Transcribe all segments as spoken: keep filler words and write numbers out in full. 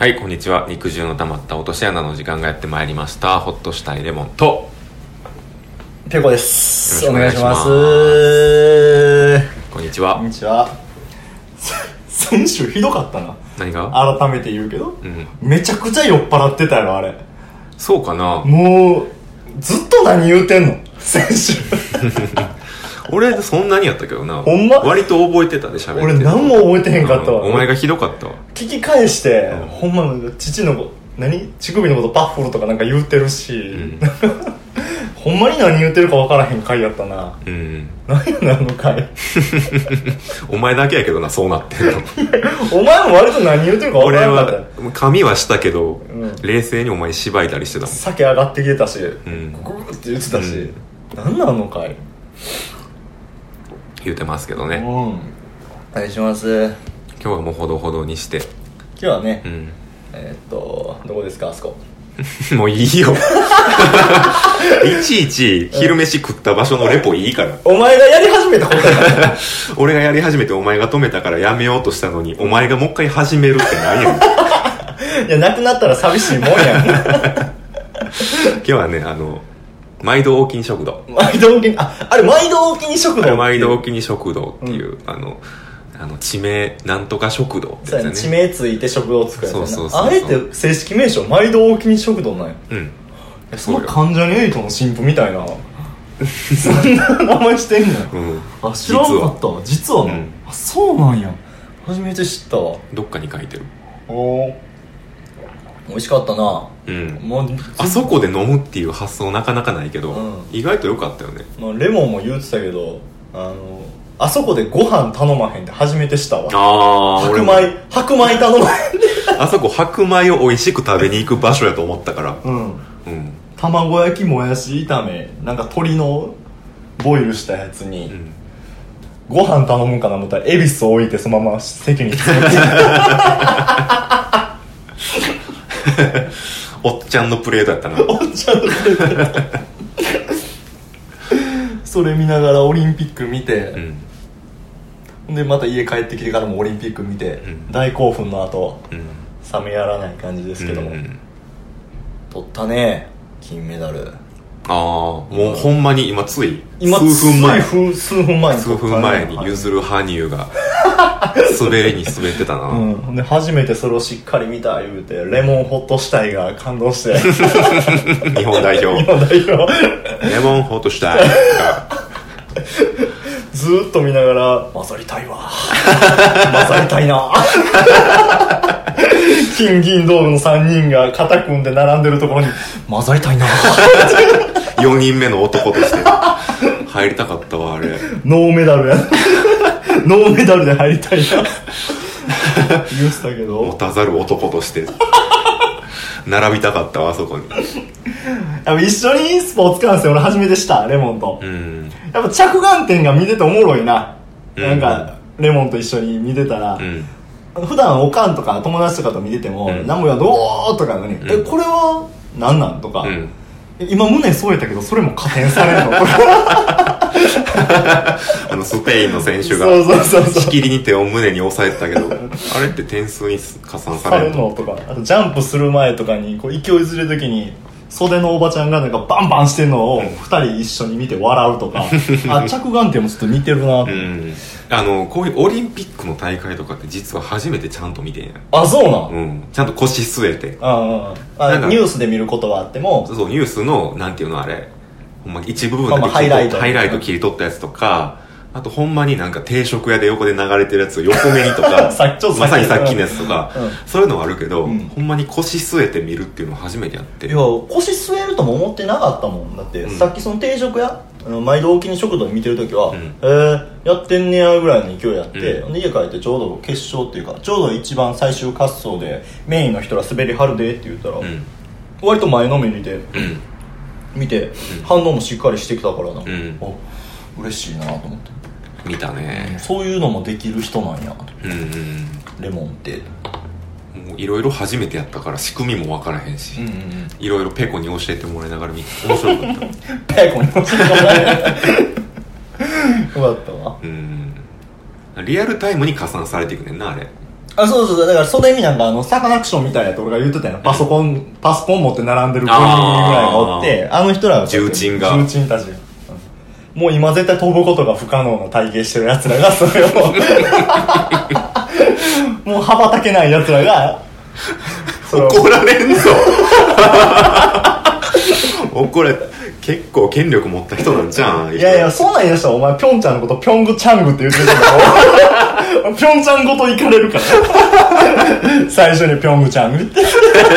はい、こんにちは。肉汁の溜まった落とし穴の時間がやってまいりました。ホッとしたいレモンとペコです。 よろしくお願いします。 お願いします。 こんにちは。 こんにちは。先週ひどかったな。 何が？ 改めて言うけど、 うん、 めちゃくちゃ酔っ払ってたやろあれ。 そうかな。 もうずっと何言うてんの先週。 俺そんなにやったけどな。 ほんま？ 割と覚えてたで、喋ってる。 俺何も覚えてへんかったわ。 お前がひどかったわ。 聞き返して、 うん、 ほんま父の何乳首のことパッフルとかなんか言うてるし、うん、ほんまに何言うてるか分からへん回やったな。 うん。 何やねんあの回。 お前だけやけどな、そうなってんの。 お前も割と何言うてるか分からんかった。 俺は髪はしたけど、うん、冷静にお前しばいたりしてたもん。 酒上がってきてたし、 うん、 グーって言ってたし、うん、何なの回言うてますけどね。 うん、お願いします。 今日はもうほどほどにして、 今日はね、 うん、 えー、っとどこですかあそこ。 もういいよ。いちいち昼飯食った場所のレポいいから。 お前がやり始めたことやから。 俺がやり始めてお前が止めたからやめようとしたのに、お前がもう一回始めるって何やねん。 いやなくなったら寂しいもんやん。 今日はね、あの毎度おおきに食堂。 毎度おおきに、あ、あれ毎度おおきに食堂。 毎度おおきに食堂っていう、うん、あのあの地名なんとか食堂ってやつね。 地名ついて食堂を作るやつやな。 そうそうそうそう。 あえて正式名称毎度おおきに食堂なんや。 うん。 その関ジャニエイトの新婦みたいな。そんな名前してんのよ。うん。あ、知らんかったわ。実はな、うん、あ、そうなんや。初めて知ったわ。 どっかに書いてる。 おー。美味しかったな。 うん。もうあそこで飲むっていう発想なかなかないけど、うん、意外と良かったよね。 まあレモンも言うてたけど、あのあそこでご飯頼まへんって初めてしたわ。 ああ。 白米白米頼まへんで。 あそこ白米を美味しく食べに行く場所やと思ったから。うんうん。卵焼きもやし炒めなんか鶏のボイルしたやつに、うん、ご飯頼むかな思ったら恵比寿置いてそのまま席に詰めて。 おっちゃんのプレートやったな。 おっちゃんのプレートやった。それ見ながらオリンピック見て、うん、でまた家帰ってきてからもオリンピック見て、うん、大興奮の後、うん、冷めやらない感じですけども、うん、取ったね金メダル。 ああ、もうほんまに今つい今数分前数, 数分前に数分前にゆずる羽生が滑りに滑ってたな。 うん、で初めてそれをしっかり見た言うてレモンホットしたいが感動して。 日本代表。 日本代表。 レモンホットしたいがずーっと見ながら混ざりたいわ。混ざりたいな。金銀銅のさんにんが肩組んで並んでるところに混ざりたいな。 よにんめの男として入りたかったわあれ。 ノーメダルや。ノーメダルで入りたいな。言ってたけど持たざる男として並びたかったわあそこに。 やっぱ一緒にスポーツ観戦俺初めてしたレモンと、うん、やっぱ着眼点が見てておもろいな、うん、なんかレモンと一緒に見てたら、うん、普段おかんとか友達とかと見てても、うん、何も言わんどうとかのに、うん、えこれは何なんとか、うん、今胸添えたけどそれも加点されるの。 あのスペインの選手がしきりに手を胸に押さえてたけどあれって点数に加算されるのとか、あとジャンプする前とかにこう勢いづる時に袖のおばちゃんがなんかバンバンしてるのをふたり一緒に見て笑うとか、あ着眼点もちょっと似てるなと、うん、 あのこういうオリンピックの大会とかって実は初めてちゃんと見てんや。 あ、そうなん、 うん、ちゃんと腰据えて。 ああ、あニュースで見ることはあっても、 そうそう、ニュースのなんていうのあれほんま一部分だけ、 まあ、ハイライトハイライト切り取ったやつとか、あとほんまになんか定食屋で横で流れてるやつを横目にとかさまさにさっきのやつとか、うん、そういうのはあるけど、 うん、 ほんまに腰据えて見るっていうのを初めてやって。 いや腰据えるとも思ってなかったもんだって、うん、さっきその定食屋毎度おきに食堂見てるときは、うん、えー、やってんねやぐらいの勢いやって、うん、で家帰ってちょうど決勝っていうかちょうど一番最終滑走でメインの人ら滑りはるでって言ったら、うん、割と前のめりで、うん、見て、うん、反応もしっかりしてきたからな、うん、あ嬉しいなと思って見たね、 うん、そういうのもできる人なんやと、 うんうん、 レモンってもういろいろ初めてやったから仕組みも分からへんし、いろいろペコに教えてもらいながら見て面白かったペコに教えてもらえよかったわ。 うんリアルタイムに加算されていくねんなあれ。 あ、そうそうそう、だからその意味なんかあのサカナクションみたいなやつ俺が言ってたよ、パソコンパソコン持って並んでるごにんぐらいがおって、あの人らが重鎮が重鎮たち、うん、もう今絶対飛ぶことが不可能な体型してるやつらがそれをもう羽ばたけないやつらが怒られんぞ怒れ結構権力持った人なんじゃん。 いやいや、そんなん言い出したらお前ピョンちゃんのことピョングチャングって言ってるけどピョンちゃんごと行かれるから最初にピョングチャングって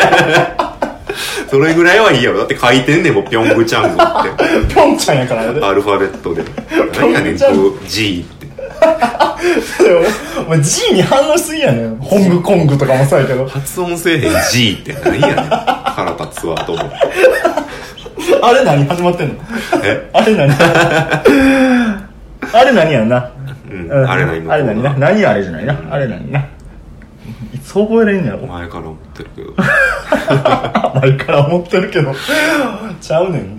それぐらいはいいやろ。だって書いてんねんもん、ピョングチャングってピョンちゃんやからね、 アルファベットで何やねんこう G ってお前 G に反応しすぎやねん。ホングコングとかもそうやけど発音せえへん G って何やねん腹立つわと思ってあれ何始まってんのえあれ何あれ何やんな、 うんうん、あれ何のあれ何な何あれじゃないな、うん、あれ何ないつ覚えれんねやろ。 前から思ってるけど前から思ってるけどちゃうねん、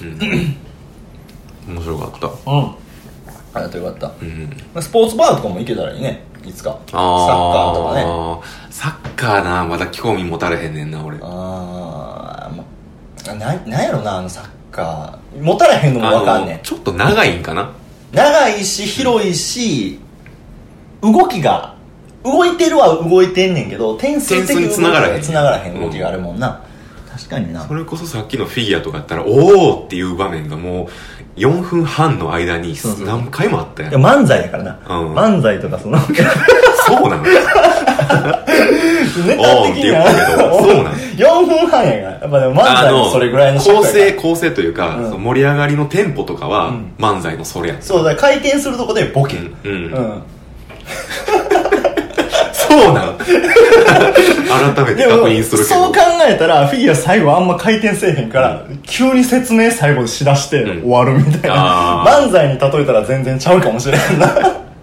うん、面白かった。 うんありがとうよかった、 うんうん、スポーツバーとかも行けたらいいね、いつか。サッカーとかね。 サッカーな、まだ興味持たれへんねんな俺。 あー、ま、な, なんやろな、あのサッカー持たれへんのも分かんねん。 ちょっと長いんかな。 長いし広いし、うん、動きが動いてるは動いてんねんけど、点数的に繋がらへん繋がらへん動きがあるもんな、うん、確かにな。 それこそさっきのフィギュアとかやったらおーっていう場面がもうよんふんはんの間に何回もあったやん。 いや漫才やからな、うん、漫才とかそのそうなのネタ的にはそうなのよんふんはんやからやっぱでも漫才のそれぐらいの構成構成というか、うん、盛り上がりのテンポとかは、 うん、 漫才のそれやん。 そうだ、回転するとこでボケる、 うん、うんうん、 そうなの改めて確認するけど、 そう考えたらフィギュア最後あんま回転せえへんから、うん、急に説明最後でしだして終わるみたいな、うん、漫才に例えたら全然ちゃうかもしれんな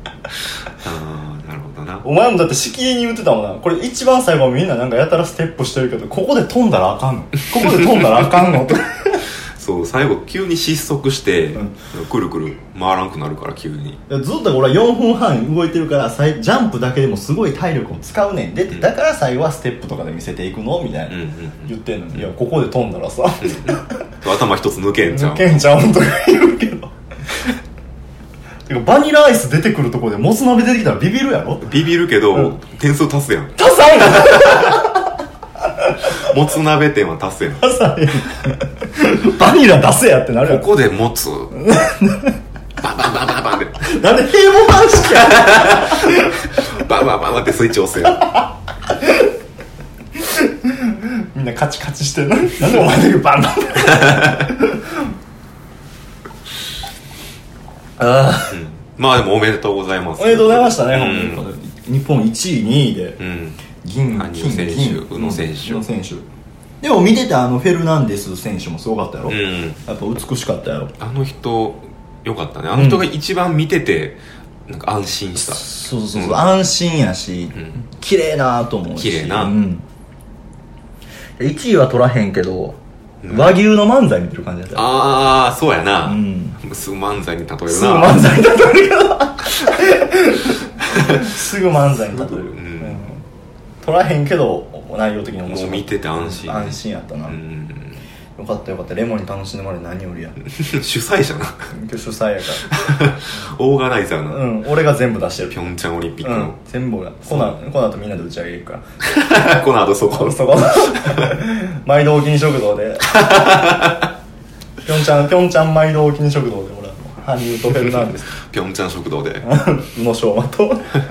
お前もだってしきりに言ってたもんな、これ一番最後みんななんかやたらステップしてるけどここで飛んだらあかんのここで飛んだらあかんのとそう最後急に失速して、うん、くるくる回らんくなるから急にずっと俺はよんふんはん動いてるからジャンプだけでもすごい体力を使うねんでって、うん、だから最後はステップとかで見せていくのみたいな、うんうん、言ってんのに、いやここで飛んだらさ、 うん、頭一つ抜けんじゃん抜けんじゃんとか言うけどてかバニラアイス出てくるところでもつ鍋出てきたらビビるやろ。 ビビるけど、うん、点数足すやん。 足さんやんもつ鍋店は足すやん。 足さんやんバニラ出せやってなるやん。 ここでもつバンバンバンバンバンってなんで平凡反式やバンバンバンバンってスイッチ押すやんみんなカチカチしてるのになんでお前だけバンバンあ、 うん、まあでもおめでとうございます。 おめでとうございましたね、 うん、 本当に日本いちいにいで、 うん、 銀羽生選手、宇野選手、 宇野選手でも見ててあのフェルナンデス選手もすごかったやろ、うん、やっぱ美しかったやろ。 あの人よかったね。あの人が一番見ててなんか安心した、 そうそうそう、うん、安心やし、うん、綺麗なと思うし、 綺麗な、うん、 いちいは取らへんけど和牛の漫才見てる感じだった。 ああそうやな、 うん、 すぐ漫才に例えるな。 すぐ漫才に例えるけどすぐ漫才に例える、うんうん、取らへんけど内容的に面白い。 もう見てて安心、 安心やったな、うん、よかったよかった。レモンに楽しんでもらえ何よりや主催者な今日主催やからオーガナイザーな、 うん、俺が全部出してる。 ピョンチャンオリンピックの、うん、 全部がこのこの後みんなで打ち上げるからこの後そこそこ毎度お気に食堂でピョンチャンピョンチャン毎度お気に食堂で俺は羽生とフェルナンデスピョンチャン食堂で宇野昌磨と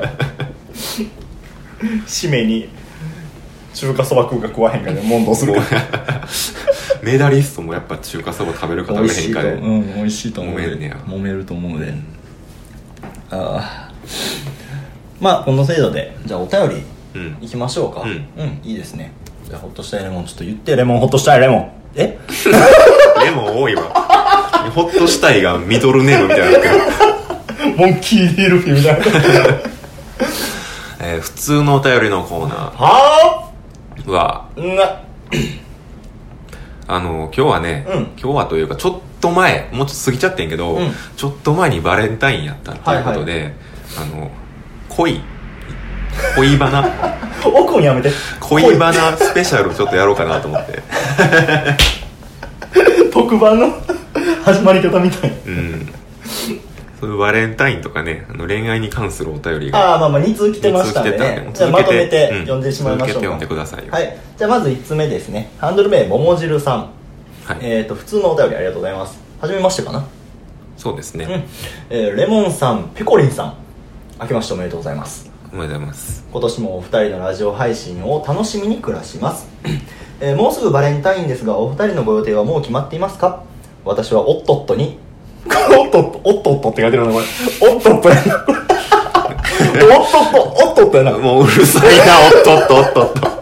締めに中華そば食うか食わへんかで問答するメダリストもやっぱ中華そば食べるか食べへんかでうん、美味しいと思う。 揉めるねや。 揉めると思うので、うん、ああまあこの程度でじゃあお便りいきましょうか。うん、うん、いいですね。じゃあホッとしたいレモンちょっと言って。レモンホッとしたいレモンえレモン多いわホッとしたいがミドルネームみたいになってるモンキー・ディルフィみたいなえー、普通のお便りのコーナーはーはなあの今日はね、うん、今日はというかちょっと前もうちょっと過ぎちゃってんけど、うん、ちょっと前にバレンタインやったということで、はいはい、あの恋恋バナ奥にやめて恋バナスペシャルちょっとやろうかなと思って特番の始まり方みたいな。 うんそういうバレンタインとかね、あの恋愛に関するお便りがああまあまあに通来てましたんでね、じゃあまとめて読んでしまいましょうか、うん、続けて読んでくださいよ。 はい、じゃあまずいつつめですね。ハンドル名もも汁さん、 はい、 えっ、ー、と普通のお便りありがとうございます。はじめましてかな。 そうですね、 うんえー、レモンさん、ペコリンさん、明けましておめでとうございます。 おめでとうございます。 今年もお二人のラジオ配信を楽しみに暮らします、えー、もうすぐバレンタインですが、お二人のご予定はもう決まっていますか。私はおっとっとにおっとっとおっとっとって書いてるなこれ。おっとっとやなこれおっとっとおっとっとやな。 もううるさいなおっとっとおっとっと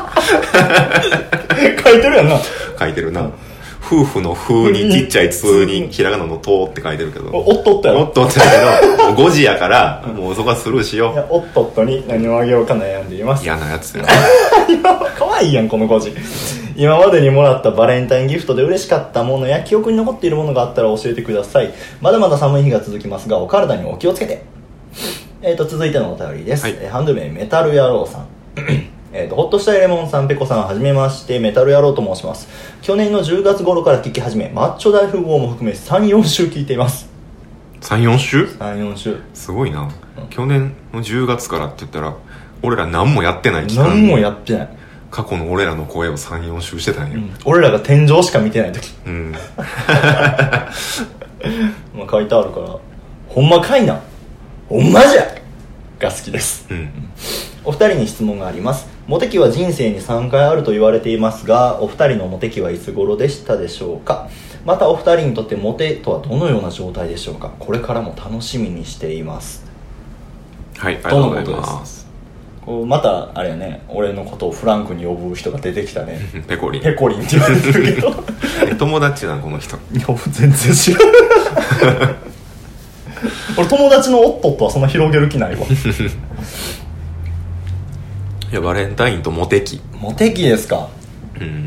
書いてるやんな。 書いてるな、うん、夫婦の風にちっちゃい通にひらがなのとって書いてるけど、 おっとっとやろ。 おっとっとやけどもうごじやからもうそこはスルーしよう。 いやおっとっとに何をあげようか悩んでいます。 嫌なやつやかわいいやんこのごじ。今までにもらったバレンタインギフトで嬉しかったものや記憶に残っているものがあったら教えてください。まだまだ寒い日が続きますがお体にお気をつけて。えーと続いてのお便りです、はい、えー、ハンドル名メタル野郎さんえーとほっとしたいレモンさん、ペコさん、はじめまして、メタル野郎と申します。去年のじゅうがつ頃から聞き始め、マッチョ大富豪も含め さん,よん 週聞いています。 さん,よん 週さん,よん 週すごいな、うん、去年のじゅうがつからって言ったら俺ら何もやってない期間。 何もやってない。 過去の俺らの声を さん,よん 週してたんよ、うん、 俺らが天井しか見てない時うんまあ書いてあるからほんまかいなほんまじゃが好きです、うん、お二人に質問があります。モテ期は人生にさんかいあると言われていますが、お二人のモテ期はいつ頃でしたでしょうか。またお二人にとってモテとはどのような状態でしょうか。これからも楽しみにしています。 はい、ありがとうございます。 こうまたあれやね、俺のことをフランクに呼ぶ人が出てきたねペコリンペコリンって言われてるけど友達なこの人。 いや全然知らない俺友達のオットットはそんな広げる気ないわいやバレンタインとモテ期。 モテ期ですか。 うん、うん、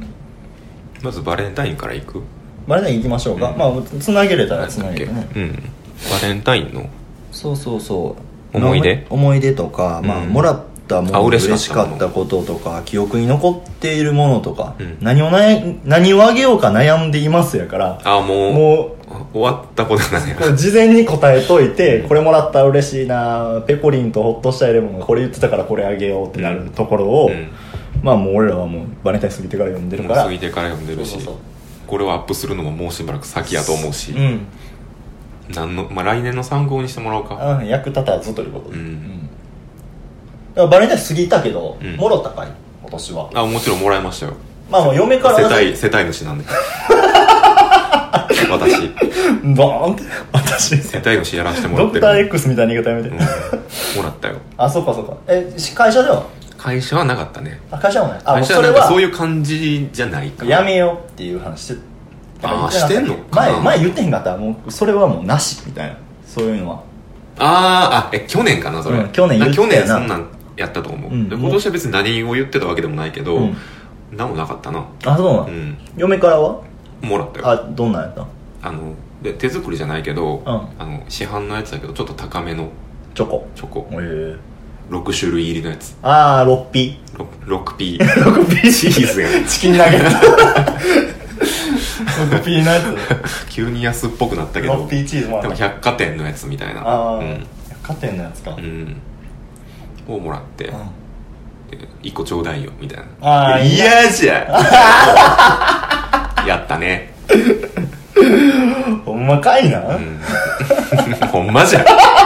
まずバレンタインからいく。 バレンタイン行きましょうか、うん、まあつなげれたらつなげるね、 うん、バレンタインのそうそうそう思い出思い出とか、まあ、うん、もらったもの嬉しかったこととか記憶に残っているものとか、うん、何を悩何をあげようか悩んでいますやから。 あもうもう終わったことなんや。 事前に答えといてこれもらったら嬉しいな、ペコリンとホッとしたいレモンがこれ言ってたからこれあげようってなるところを、うん、まあもう俺らはもうバレンタイン過ぎてから読んでるから過ぎてから読んでるし、そうそうそう、これをアップするのももうしばらく先やと思うし、 うん、 なんのまあ、来年の参考にしてもらおうか。 うん、役立たずということで、うんうん、だからバレンタイン過ぎたけど、うん、もろたかい今年は。 あもちろんもらいましたよ。 まあもう嫁から世帯世帯主なんで私ドーンって私世帯主やらせてもらってる。 ドクター X みたいな言い方やめて、うん、 もらったよ。 あそうかそうか。え会社では会社はなかったね。 あ会社はない。 あ会社はなんかそういう感じじゃないか。 やめようっていう話してああしてんのか前前言ってへんかったらもうそれはもうなしみたいな、そういうのは。 ああえ去年かなそれ、 うん、去年言ってた去年そんなんやったと思う、うん、で今年は別に何を言ってたわけでもないけど、うん、何もなかったな。 あそうなん、うん、嫁からはもらったよ。 あどんなんやった。 あので手作りじゃないけど、うん、あの市販のやつだけどちょっと高めのチョコチョコ、 えー、 ろく種類入りのやつ。 ああ ろくピーろくピー ろくピー チーズやチキンナゲットろくピー のやつ急に安っぽくなったけどろくピーチーズもらった。 でも百貨店のやつみたいな。 ああ、うん、百貨店のやつか、 うん、をもらって、うん、でいっこちょうだいよみたいな。 ああ嫌じゃんやったねほんまかいな、うん、 ほんまじゃん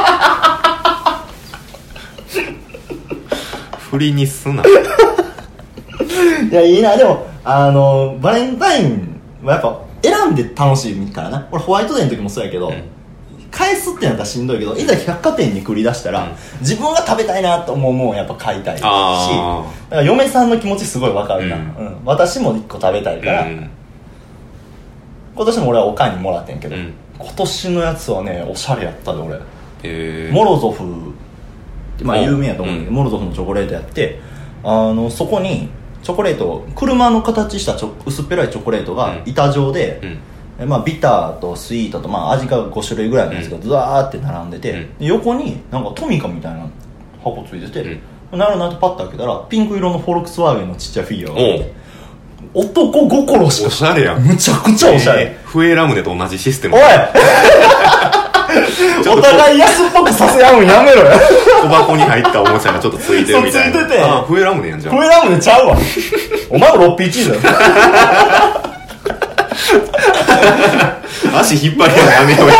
振りにすないやいいな。でもあのバレンタインはやっぱ選んで楽しいからな。俺ホワイトデーの時もそうやけど、うん、返すってなったらしんどいけど、いざ百貨店に繰り出したら、うん、自分が食べたいなと思うもんやっぱ買いたいし、だから嫁さんの気持ちすごいわかるな、うんうん、私もいっこ食べたいから、うん、今年も俺はおかんにもらってんけど、うん、今年のやつはねおしゃれやったで俺、 えー、 モロゾフまあ有名やと思うんだけど、うん、モロゾフのチョコレートやって、あのそこにチョコレート車の形したちょ薄っぺらいチョコレートが板状で、うん、まあ、ビターとスイートと、まあ、味がご種類ぐらいなんですけど、うん、ザーって並んでて、うん、横になんかトミカみたいな箱ついてて、うん、なるなってパッと開けたらピンク色のフォルクスワーゲンのちっちゃいフィギュアがあって、男心しかおしゃれやん。 むちゃくちゃおしゃれ、 えー、笛ラムネと同じシステム。 おいお互い安っぽくさせ合うんやめろよ。 小箱に入ったおもちゃがちょっとついてるみたいな。 そうついてて、 あ、笛ラムネやんじゃん。 笛ラムネちゃうわ。お前もロッピーチーズだよ。 足引っ張りややめよう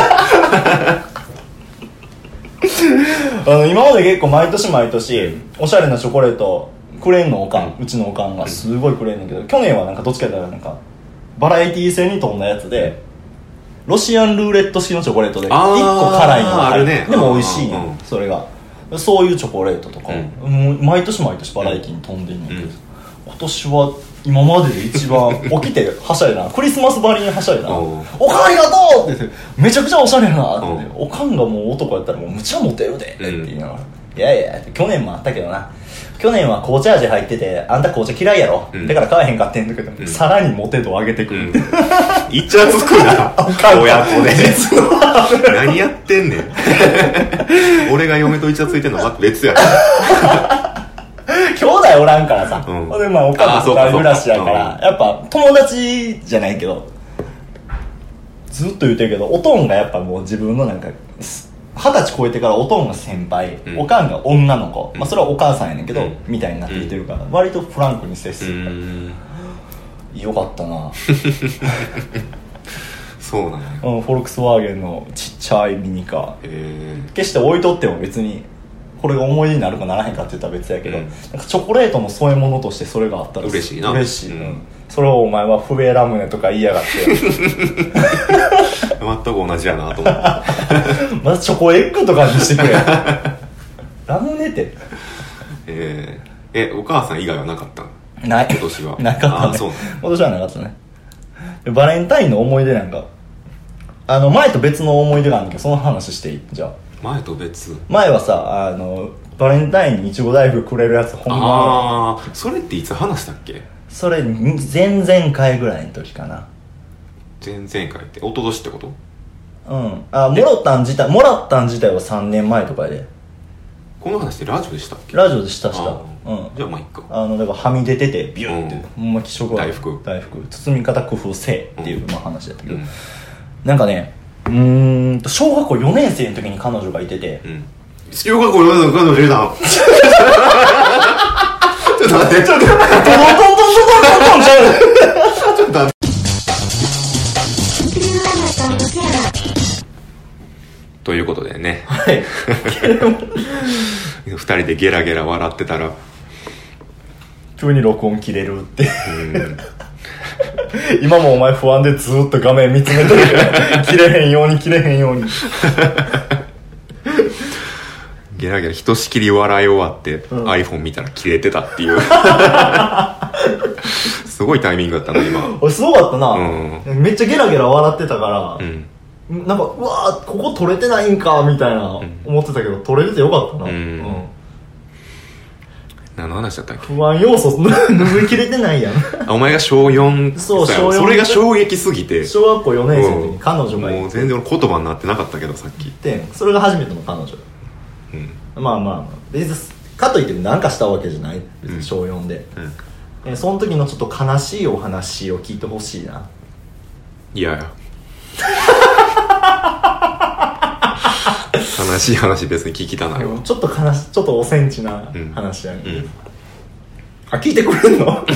や。 あの今まで結構毎年毎年おしゃれなチョコレートくれんのおかん、うちのおかんがすごいくれんねんけど、去年はなんかどっちかというとなんかバラエティー性に富んだやつで、ロシアンルーレット式のチョコレートでいっこ辛いのがある、ね、でも美味しいね、うん、それがそういうチョコレートとか、うん、もう毎年毎年バラエティーに飛んでんねんけど、うん、今年は今までで一番起きてはしゃいなクリスマスばりにはしゃいなおかんありがとうって言ってめちゃくちゃおしゃれやなって言っておかんがもう男やったらもうむちゃモテるでって言いながら、うん、いやいや去年もあったけどな、去年は紅茶味入っててあんた紅茶嫌いやろ、うん、だから買えへんかってんだけど、うん、さらにモテ度上げてくるって、うん、 いっちゃつくな親子で何やってんねん俺が嫁とイチャついてんのは別やろ兄弟おらんからさ、うん、でまあおかんと二人暮らしやから、うん、やっぱ友達じゃないけどずっと言ってるけどおとんがやっぱもう自分のなんか二十歳超えてからおとんが先輩、うん、おかんが女の子、うん、まあ、それはお母さんやねんけど、うん、みたいになってきてるから、うん、割とフランクに接するから、うん、よかったなそうなんや、 うん、フォルクスワーゲンのちっちゃいミニカー、えー、決して置いとっても別にこれが思い出になるかならへんかって言ったら別やけど、うん、なんかチョコレートの添え物としてそれがあったら嬉しいな、 嬉しい、うん、それをお前は笛ラムネとか言いやがって全く同じやなと思ってまずチョコエッグとかにしてくれラムネってえー、えお母さん以外はなかったない今年はなかったね。 あそうね今年はなかったね。バレンタインの思い出なんかあの前と別の思い出があるんだけどその話していい？じゃあ前と別前はさあのバレンタインにいちご大福くれるやつほんまああそれっていつ話したっけ？ それ前々回ぐらいの時かな。 前々回って一昨年ってこと？ うんあもらったん自体もらったん自体はさんねんまえとかで。 この話ってラジオでしたっけ？ ラジオでしたしたうんじゃあまあいっか。 あのだからはみ出ててビューって、うん、ほんま気色大福大福包み方工夫せえっていう、うん、まあ話だったけど、うん、なんかねうーんと小学校よねん生の時に彼女がいてて、うん、 小学校よねん生の彼女いたのちょっと待ってちょっとトントントントントントンちゃうちょっと待ってということでね、はい、ふたりでゲラゲラ笑ってたら急に録音切れるってうん今もお前不安でずっと画面見つめてるから切れへんように切れへんようにゲラゲラひとしきり笑い終わって、うん、iPhone 見たら切れてたっていうすごいタイミングだったな今。 すごかったな、うん、めっちゃゲラゲラ笑ってたから、 うんなんかうわーここ取れてないんかみたいな思ってたけど、うん、取れててよかったな、うんうん、 何の話だったっけ？ 不安要素拭いきれてないやんお前が小よんそう小よんそれが衝撃すぎて小学校よねん生の時に彼女がいて、 うん、もう全然俺言葉になってなかったけどさっきでそれが初めての彼女、うん、まあまあ別にかといって何かしたわけじゃない別に小よんで、うん、その時のちょっと悲しいお話を聞いてほしいな。 いやいや悲しい話別に聞きたないわ。 ちょっと悲しちょっとおセンチな話やね、うんうん、あ聞いてくれんの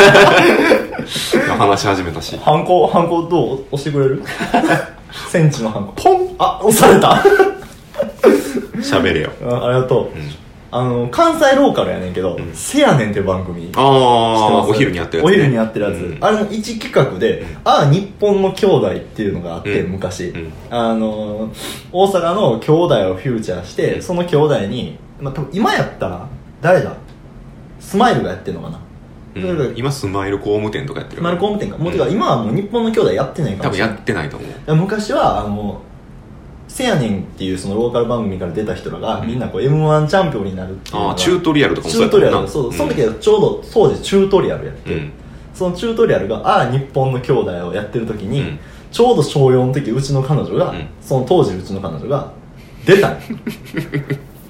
話し始めたしハンコハンコどう押してくれるセンチのハンコポンあ押された喋れよあ, ありがとう、うん、あの関西ローカルやねんけど、うん、せやねんっていう番組ああお昼にやってるやつ、 ね、お昼にやってるやつ、うん、あれの一企画で、うん、ああ日本の兄弟っていうのがあって、うん、昔、うん、あの大阪の兄弟をフューチャーして、うん、その兄弟に、まあ、多分今やったら誰だスマイルがやってるのかな、 うん、今スマイル工務店とかやってるスマイル工務店かもう、うん、てか今はもう日本の兄弟やってないかもしれない。 多分やってないと思う。 昔はあのせやねんっていうそのローカル番組から出た人らが、うん、みんなこう エムワン チャンピオンになるっていうのがあチュートリアルとかもそうやったな。チュートリアルそう、うん、その時はちょうど当時チュートリアルやって、うん、そのチュートリアルがああ日本の兄弟をやってる時に、うん、ちょうど小よんの時うちの彼女が、うん、その当時うちの彼女が出た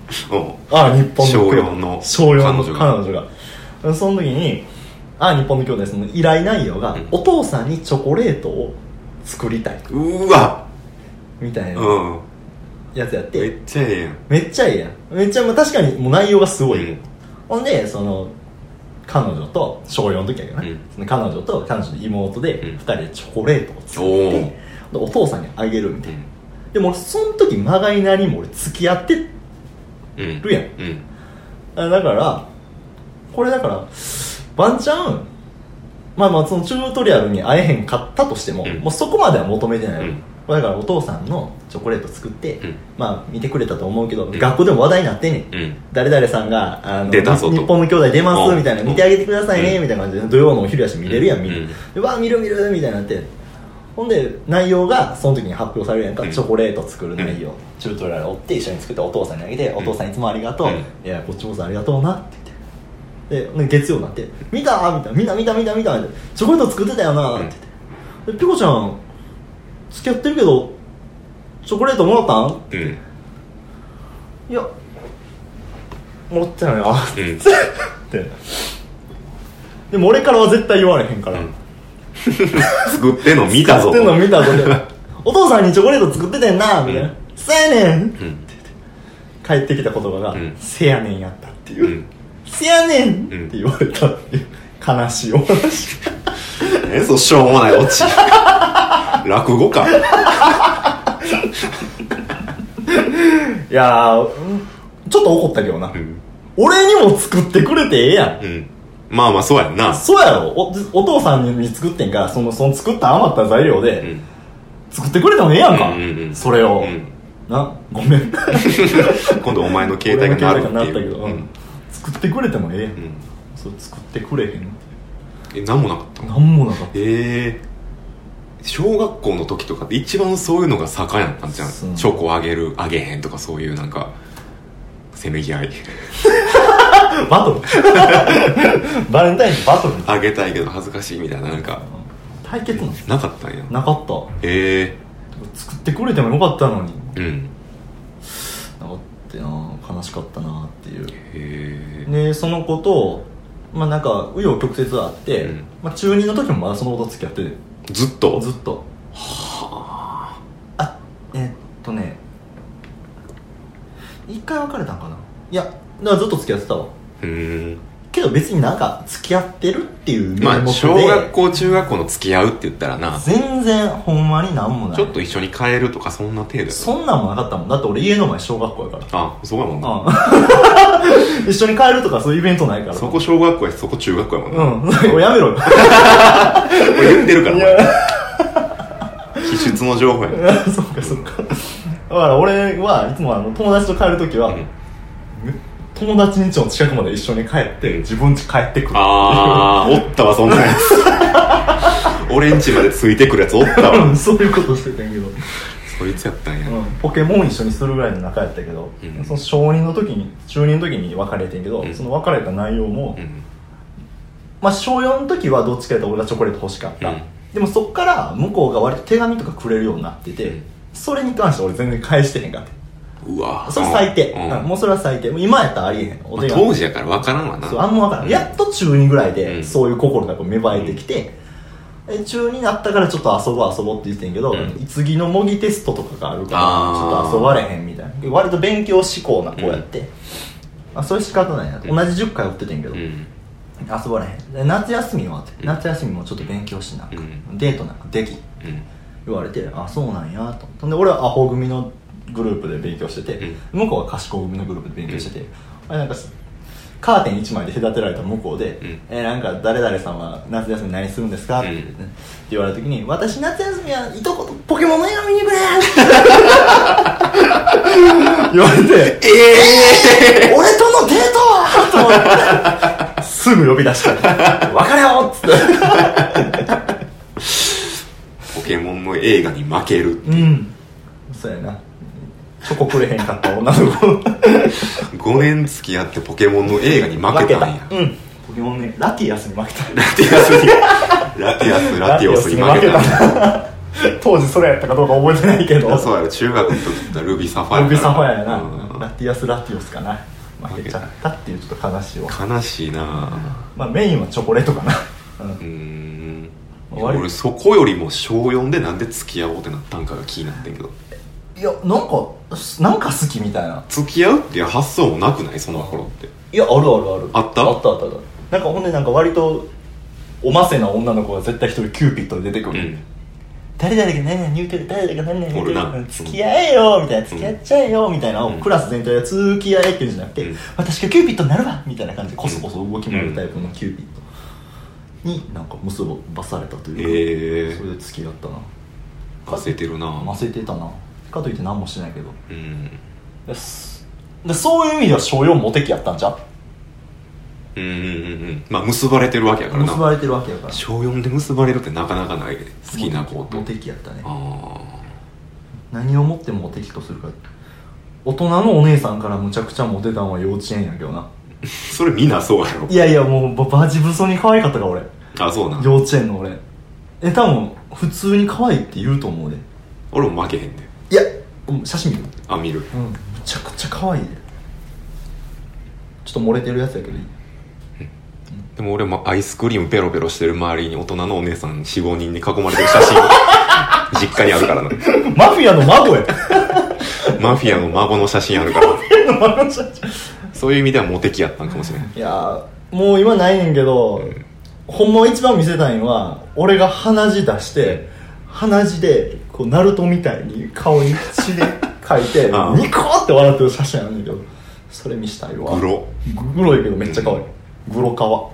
ああ日本の小よんの小よんの彼女がその時にああ日本の兄弟その依頼内容が、うん、お父さんにチョコレートを作りたい、 うわみたいなやつやって、 めっちゃええやんめっちゃええやんめっちゃ、まあ、確かにもう内容がすごい、うん、ほんでその彼女と小よんの時やけどね、うん、その彼女と彼女の妹でふたりでチョコレートを作って、うん、お父さんにあげるみたいな、うん、でもその時まがいなりも俺付き合ってるやん、うん、だからこれだからワンチャンまあまあそのチュートリアルに会えへんかったとしても、うん、もうそこまでは求めてない、うん、だからお父さんのチョコレート作って、うん、まあ見てくれたと思うけど、うん、学校でも話題になってんねん、うん、誰々さんがあの出たぞと日本の兄弟出ますみたいな見てあげてくださいね、うん、みたいな感じで土曜のお昼やし見れるやん見る、うん、でわあ見る見るみたいになってほんで内容がその時に発表されるやんか、うん、チョコレート作る内容、うん、チュートリアルを追って一緒に作ってお父さんにあげて、うん、お父さんいつもありがとう、うん、いやこっちこそありがとうなって言ってで月曜になって見たみたいな見た見た見た見たみたいなチョコレート作ってたよなって言って、うん、でピコちゃん付き合ってるけどチョコレートもらったん、うん、いやもらってないな、うん、ってでも俺からは絶対言われへんから、うん作ってんの見たぞ作ってんの見たぞお父さんにチョコレート作っててんなみたいな、うん、せやねん、うん、って言って帰ってきた言葉が、うん、せやねんやったっていう、うん、せやねんって言われたっていう悲しいお話えそうしょうもないオチ落語かいやーちょっと怒ったけどな、うん、俺にも作ってくれてええやん、うんまあまあそうやんなそうやろ お, お父さんに作ってんからそのその作った余った材料で、うん、作ってくれてもええやんか、うんうんうん、それを、うん、なごめん今度お前の携帯がなるっていうなったけど、うん、作ってくれてもええやん、うん、それ作ってくれへんえ何もなかった何もなかったええー、小学校の時とかって一番そういうのが盛んやったんじゃん、うん、チョコあげるあげへんとかそういうなんかせめぎ合いバトルバレンタインバトルあげたいけど恥ずかしいみたいななんか対決なのなかったんやなかったへえー、作ってくれてもよかったのにうんなかってな悲しかったなっていうへえでその子とまあなんか紆余曲折あって、うんまあ、中にの時もまだその子と付き合っててずっとずっとはああえー、っとね一回別れたんかないやだからずっと付き合ってたわうんけど別になんか付き合ってるっていうまあ小学校中学校の付き合うって言ったらな全然ほんまになんもないちょっと一緒に帰るとかそんな程度そんなんもなかったもんだって俺家の前小学校やからあそうやもんな一緒に帰るとかそういうイベントないからそこ小学校やしそこ中学校やもんなうんやめろよ俺言ってるから気質の情報やそっかそっかだから俺はいつもあの友達と帰るときは、うん友達ん家の近くまで一緒に帰って自分家帰ってくるああおったわそんなやつ俺ん家までついてくるやつおったわそういうことしてたんやけどそいつやったんや、 うん、ポケモン一緒にするぐらいの仲やったけど、うん、その小にの時に中にの時に別れてんけど、うん、その別れた内容も、うん、まあ小よんの時はどっちかというと俺がチョコレート欲しかった、うん、でもそっから向こうが割と手紙とかくれるようになってて、うん、それに関して俺全然返してへんかってうわそれ最低、うん、もうそれは最低今やったらありえへんお手紙、 まあ、当時やから分からんわなそうあんま分からん、うん、やっと中にぐらいでそういう心がこう芽生えてきて、うん、中になったからちょっと遊ぼう遊ぼうって言ってんけど、うん、いつぎの模擬テストとかがあるからちょっと遊ばれへんみたいな割と勉強志向な子やって、うん、あそれ仕方ないな、うん、同じじゅっかい追っててんけど、うん、遊ばれへん夏休みはって、うん、夏休みもちょっと勉強しな、うん、デートなんかでき、うん、言われてあそうなんやとほんで俺はアホ組のグループで勉強してて、うん、向こうは賢組のグループで勉強してて、うん、あれなんかカーテンいちまいで隔てられた向こうで、うんえー、なんか誰々さんは夏休み何するんですか、うん、って言われた時に私夏休みはいとことポケモンの映画見に行くね言われてえー、俺とのデートはと思ってすぐ呼び出して別れよっつってポケモンの映画に負けるうんそうやなチョコくれへんかった女の子ごねん付き合ってポケモンの映画に負けたんやうんポケモンねラティアスに負けたラティアスにラティアスラティオスに負けた当時それやったかどうか覚えてないけどそうやろ中学の時だったらルビーサファイアルビーサファイアやな、うん、 ラティアス・ラティオスかな、負けちゃったっていうちょっと悲しいわ。 悲しいな。 まあメインはチョコレートかな。 うん、うーん、俺そこよりも小よんでなんで付き合おうってなったんかが気になってんけど。 いやなんかなんか好きみたいな。 付き合うっていう発想もなくない、その頃って。 いやあるあるある。 あったあったあったあった。なんかほんでなんか割とおませな女の子が絶対一人キューピッドで出てくる、うん、誰々が何々言うてる、誰々が何々言うてる、付き合えよみたいな、付き合っちゃえよみたいな、うん、クラス全体が付き合えって言うんじゃなくて、うん、私がキューピッドになるわみたいな感じでコソコソ動き回るタイプのキューピッドになんか結ばされたというか、えー、それで付き合ったな。 ませてるな。 ませてたな。かといって何もしないけど、うん、で, でそういう意味では小よんモテ期やったんじゃん。 うんうんうんうん。まあ結ばれてるわけやからな。 結ばれてるわけやから。 小よんで結ばれるってなかなかない。好きな子とモテ期やったね。あ、何をもってモテ期とするか。大人のお姉さんからむちゃくちゃモテたんは幼稚園やけどな。 それみんなそうやろ。 いやいやもうバジブソに可愛かったから俺。 あ、そうな。 幼稚園の俺え多分普通に可愛いって言うと思うで。 俺も負けへんで。 いや写真見る。 あ、見る。 うん、むちゃくちゃ可愛いで。ちょっと漏れてるやつやけどいい。 でも俺もアイスクリームペロペロしてる周りに大人のお姉さん よん,ご 人に囲まれてる写真実家にあるからな。 マフィアの孫や。 マフィアの孫の写真あるから。マフィアの孫の写真。そういう意味ではモテ期やったんかもしれない。 いやもう今ないねんけど、うん、ほんま一番見せたいのは俺が鼻血出して鼻血でこうナルトみたいに顔に血で描いてニコーって笑ってる写真あるんだけど、それ見したいわ。 グログロいけどめっちゃ可愛い、うん、グロカワ。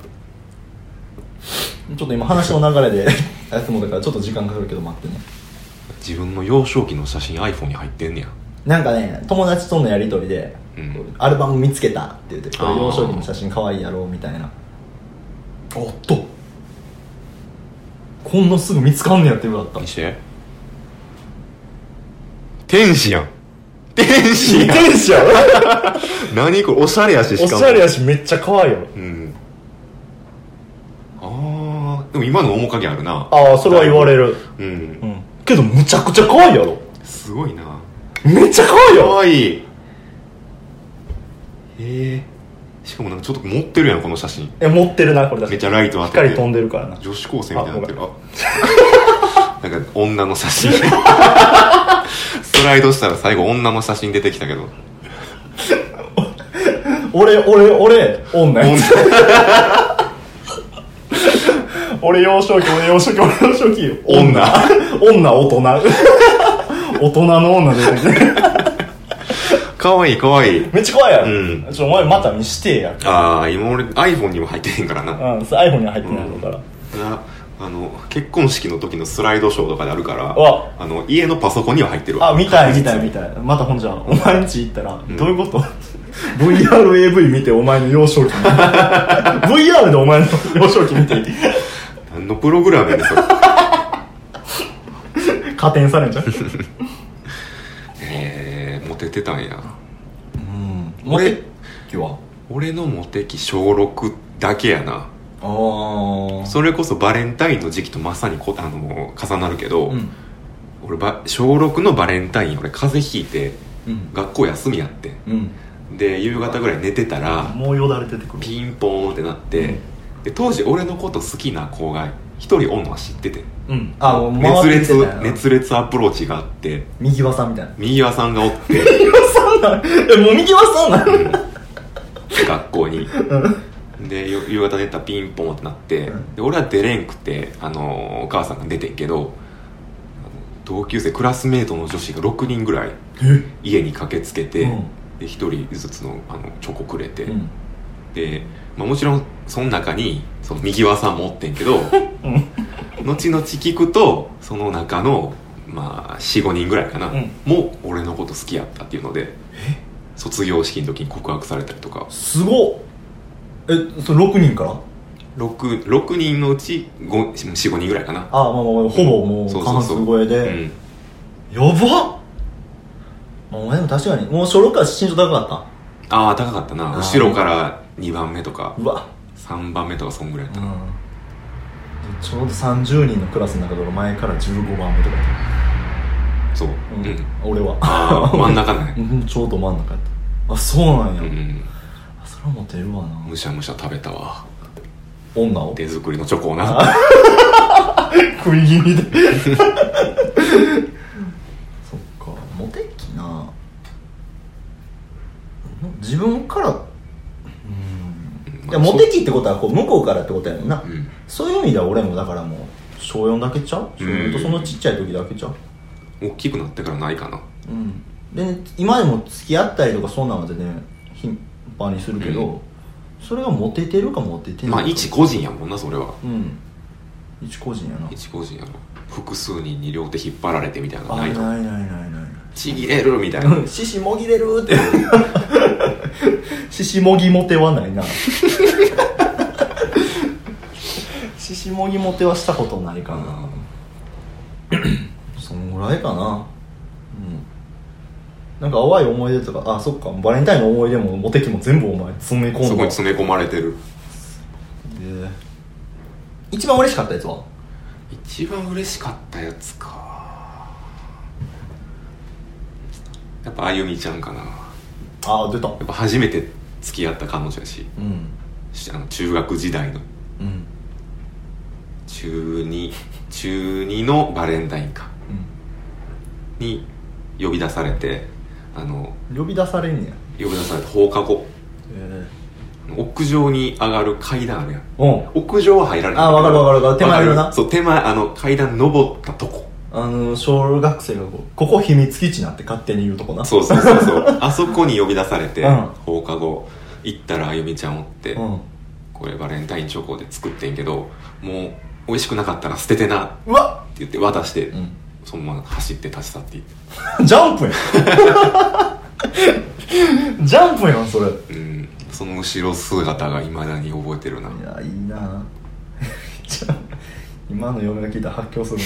ちょっと今話の流れでやってもだからちょっと時間かかるけど待ってね。 自分の幼少期の写真 iPhone に入ってんねや。 なんかね友達とのやり取りで、うん、アルバム見つけたって言ってこれ幼少期の写真可愛いやろみたいな。おっとこんなすぐ見つかんねやってよかった。 見して天使やん。天使やん。 天使やん。 何これおしゃれやし、しかもおしゃれやしめっちゃ可愛いよ。うん。 あーでも今の面影あるな。 ああそれは言われる。うん、うん、けどむちゃくちゃ可愛いやろ。 すごいな。 めっちゃ可愛いよ。 可愛い。へえ。しかもなんかちょっと持ってるやんこの写真。 え持ってるなこれだ。 めっちゃライト当てて光飛んでるからな。 女子高生みたいになってる。あなんか女の写真スライドしたら最後女の写真出てきたけど俺俺俺女や俺幼少期俺幼少期俺幼少期女女大人大人の女出てきてかわいいかわいい。 めっちゃかわいいやろ、うん、ちょお前また見してや。 ああ今俺 iPhone にも入ってへんからな。 うんそれ iPhone には入ってないのから、 うん、あの結婚式の時のスライドショーとかであるからあの家のパソコンには入ってるわ。 あ見たい見たい見たい。またほんじゃお前ん家行ったら、うん、どういうことブイアールエーブイ 見てお前の幼少期ブイアール でお前の幼少期見て何のプログラムやねんそれ加点されんじゃんへえモテてたんや。 うんモテ期は俺のモテ期小ろくだけやな。 あそれこそバレンタインの時期とまさにこあの重なるけど、うん、俺ば小ろくのバレンタイン俺風邪ひいて、うん、学校休みやって、うん、で夕方ぐらい寝てたらもうよだれ出てくるピンポーンってなって、うん、で当時俺のこと好きな子が一人おんのは知ってて、うん、あもう熱烈熱烈アプローチがあって右輪さんみたいな右輪さんがおって右輪さんなえもう右輪さんな、うん、 学校に、うん、で夕方寝たらピンポンってなって、うん、で俺は出れんくてあのお母さんが出てんけど同級生クラスメートの女子がろくにんぐらい家に駆けつけて、うん、でひとりずつ の, あのチョコくれて、うん、で、まあ、もちろんその中にその右輪さんもおってんけど、うん、後々聞くとその中の、まあ、よん、ごにんぐらいかな、うん、も俺のこと好きやったっていうので卒業式の時に告白されたりとか。 すごっ。えそれろくにんから 6, ろくにんのうちよん、ごにんぐらいかな。 ああまあまあほぼもう過半数超えで、うん、やばっ。お前でも確かにもう小ろくから身長高かった。 ああ高かったな。後ろからにばんめとかうわさんばんめとかそんぐらいやったな、うん、 ちょうどさんじゅうにんのクラスの中で俺前からじゅうごばんめとかやっそう、うんうん、俺はあ真ん中ねちょうど真ん中やったあそうなんや、うん、あそれはモテるわなむしゃむしゃ食べたわ女を手作りのチョコをな食い気味でそっかモテ期な自分からうん、いやモテ期ってことはこう向こうからってことやもんな、うん、そういう意味では俺もだからもう小よんだけちゃう小よんとそのちっちゃい時だけちゃう大きくなってからないかなうんで、ね、今でも付き合ったりとかそんなのでね頻繁にするけど、うん、それがモテてるかモテてないかまあ一個人やもんなそれはうん一個人やな一個人やろ複数人に両手引っ張られてみたいなのないのないないないないちぎれるみたいな獅子もぎれるって獅子もぎモテはないな獅子もぎモテはしたことないかなそんぐらいかなうんなんか淡い思い出とかあそっかバレンタインの思い出もモテ期も全部お前詰め込んだそこに詰め込まれてるで一番嬉しかったやつは一番嬉しかったやつかやっぱあゆみちゃんかなああ出たやっぱ初めて付き合った彼女やし、うん、あの中学時代の、うん、中に中にのバレンタインか、うん、に呼び出されてあの呼び出されんねや呼び出されて放課後、えー、屋上に上がる階段あるやん、うん、屋上は入られないあ分かる分かる分かる手前のなそう手前あの階段登ったとこあの小学生がこうここ秘密基地なって勝手に言うとこなそうそうそうそうあそこに呼び出されて、うん、放課後行ったらあゆみちゃんおって、うん、これバレンタインチョコで作ってんけどもう美味しくなかったら捨ててなって言って渡して、うん、そのまま走って立ち去っていってジャンプやんジャンプやんそれうんその後ろ姿がいまだに覚えてるないやいいな今の嫁が聞いたら発狂するね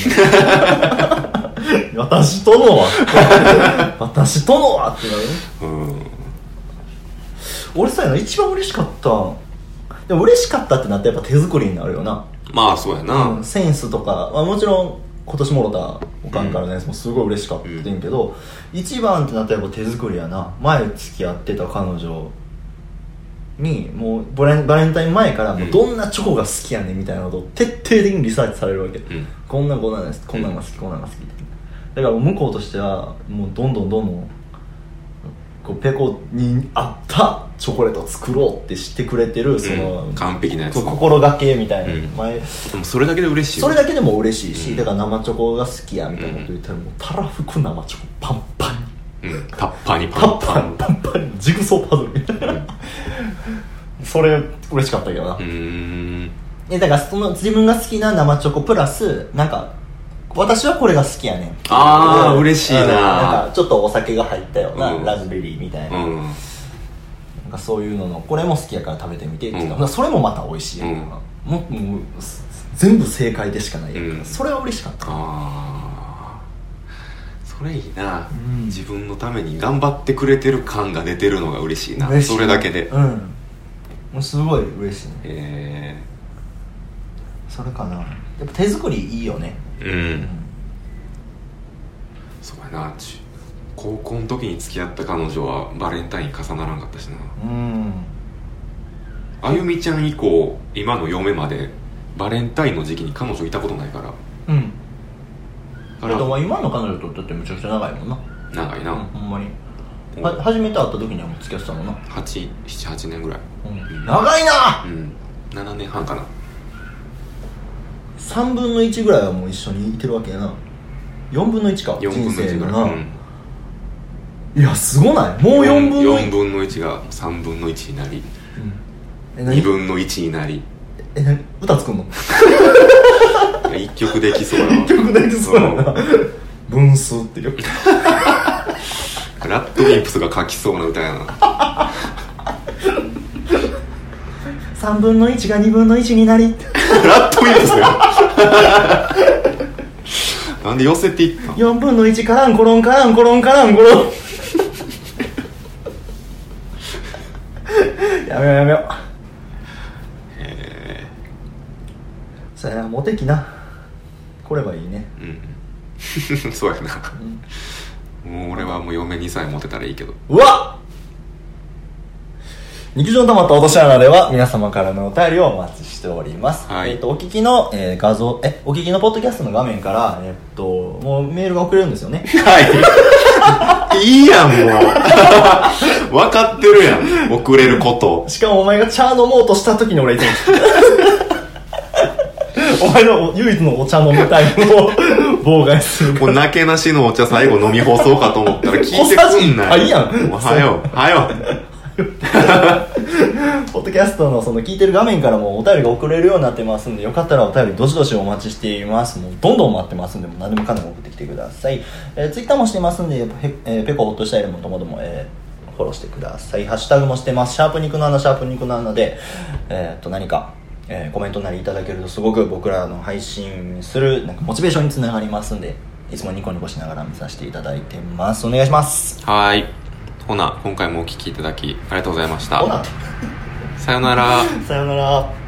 私とのは私とのはってなる、うん、俺さやな一番嬉しかったでも嬉しかったってなってやっぱ手作りになるよなまあそうやな、 うん、センスとか、まあ、もちろん今年もろたおかんからのやつもすごい嬉しかったんけど、うん、一番ってなったらやっぱ手作りやな前付き合ってた彼女にもうバレンタイン前からもうどんなチョコが好きやねんみたいなことを徹底的にリサーチされるわけ、うん、こんなんこんなんですこんなんが好き、うん、こんなんが好きだから向こうとしてはもうどんどんどんどんこうペコに合ったチョコレートを作ろうってしてくれてるその、 うん、完璧なやつ心がけみたいな、うん、前でもそれだけで嬉しいそれだけでも嬉しいし、うん、だから生チョコが好きやみたいなこと言ったらもうたらふく生チョコパンパンうん、タッパーにパンパンパンパンジグソーパズルみたいな、うん、それ嬉しかったけどなうーんだからその自分が好きな生チョコプラスなんか私はこれが好きやねんああ嬉しいな、 なんかちょっとお酒が入ったような、うん、ラズベリーみたいな、うん、なんかそういうののこれも好きやから食べてみてっていうか、うん、それもまた美味しいやん、うん、もうもう全部正解でしかないやん、うん、それは嬉しかった。あそれいいな、うん、自分のために頑張ってくれてる感が出てるのが嬉しいな嬉しいそれだけでうんもうすごい嬉しいねへえそれかなやっぱ手作りいいよねうん、うん、 そうやな高校の時に付き合った彼女はバレンタイン重ならんかったしなうんあゆみちゃん以降今の嫁までバレンタインの時期に彼女いたことないからうんだから今の彼女とだってめちゃくちゃ長いもんな長いな、うん、 ほんまには初めて会った時にはもう付き合ってたもんなはち、なな、はちねんぐらい、 うん、長いなうんななねんはんかなさんぶんのいちぐらいはもう一緒にいてるわけやなよんぶんのいちかよんぶんのいち人生ぐらい、うん、 いやすごないもうよんぶんのいちよんぶんのいちがさんぶんのいちになり、うん、にぶんのいちになりえ何歌作んの一曲できそうな一曲できそうな分数って曲ラッドウィンプスが書きそうな歌やなさんぶんのいちがにぶんのいちになりラッドウィンプスよなんで寄せていったよんぶんのいちカランコロンカランコロンカランコロンやめようやめようへえそやなモテ期な来ればいいね、うん、 そうやな、うん、もう俺はもう嫁にさえモテたらいいけど。 うわっ、肉汁の溜まった落とし穴では皆様からのお便りをお待ちしております、 はい。 えー、とお聞きの、えー、画像えお聞きのポッドキャストの画面から、えー、っともうメールが送れるんですよね。 はいいいやん、もう分かってるやん、送れること。 しかもお前が茶飲もうとした時に俺いつもお前の唯一のお茶飲みタイムを妨害する。 もうなけなしのお茶最後飲み干そうかと思ったら聞いてくんない。 あ、いいやん。 おはようはよポッドキャストのその聞いてる画面からもお便りが送れるようになってますんで、よかったらお便りどしどしお待ちしています。もうどんどん待ってますんで、もう何でもかんでも送ってきてください。えー、ツイッターもしてますんで、ペ, えー、ペコホッとしたいるもともども、えー、フォローしてください。ハッシュタグもしてます。シャープ肉の穴シャープ肉の穴で、えー、っと何か、えー、コメントなりいただけるとすごく僕らの配信するなんかモチベーションにつながりますんで、いつもニコニコしながら見させていただいてます。お願いします。 はい。ほな、今回もお聞きいただきありがとうございました。 ほなさよなら。 さよなら。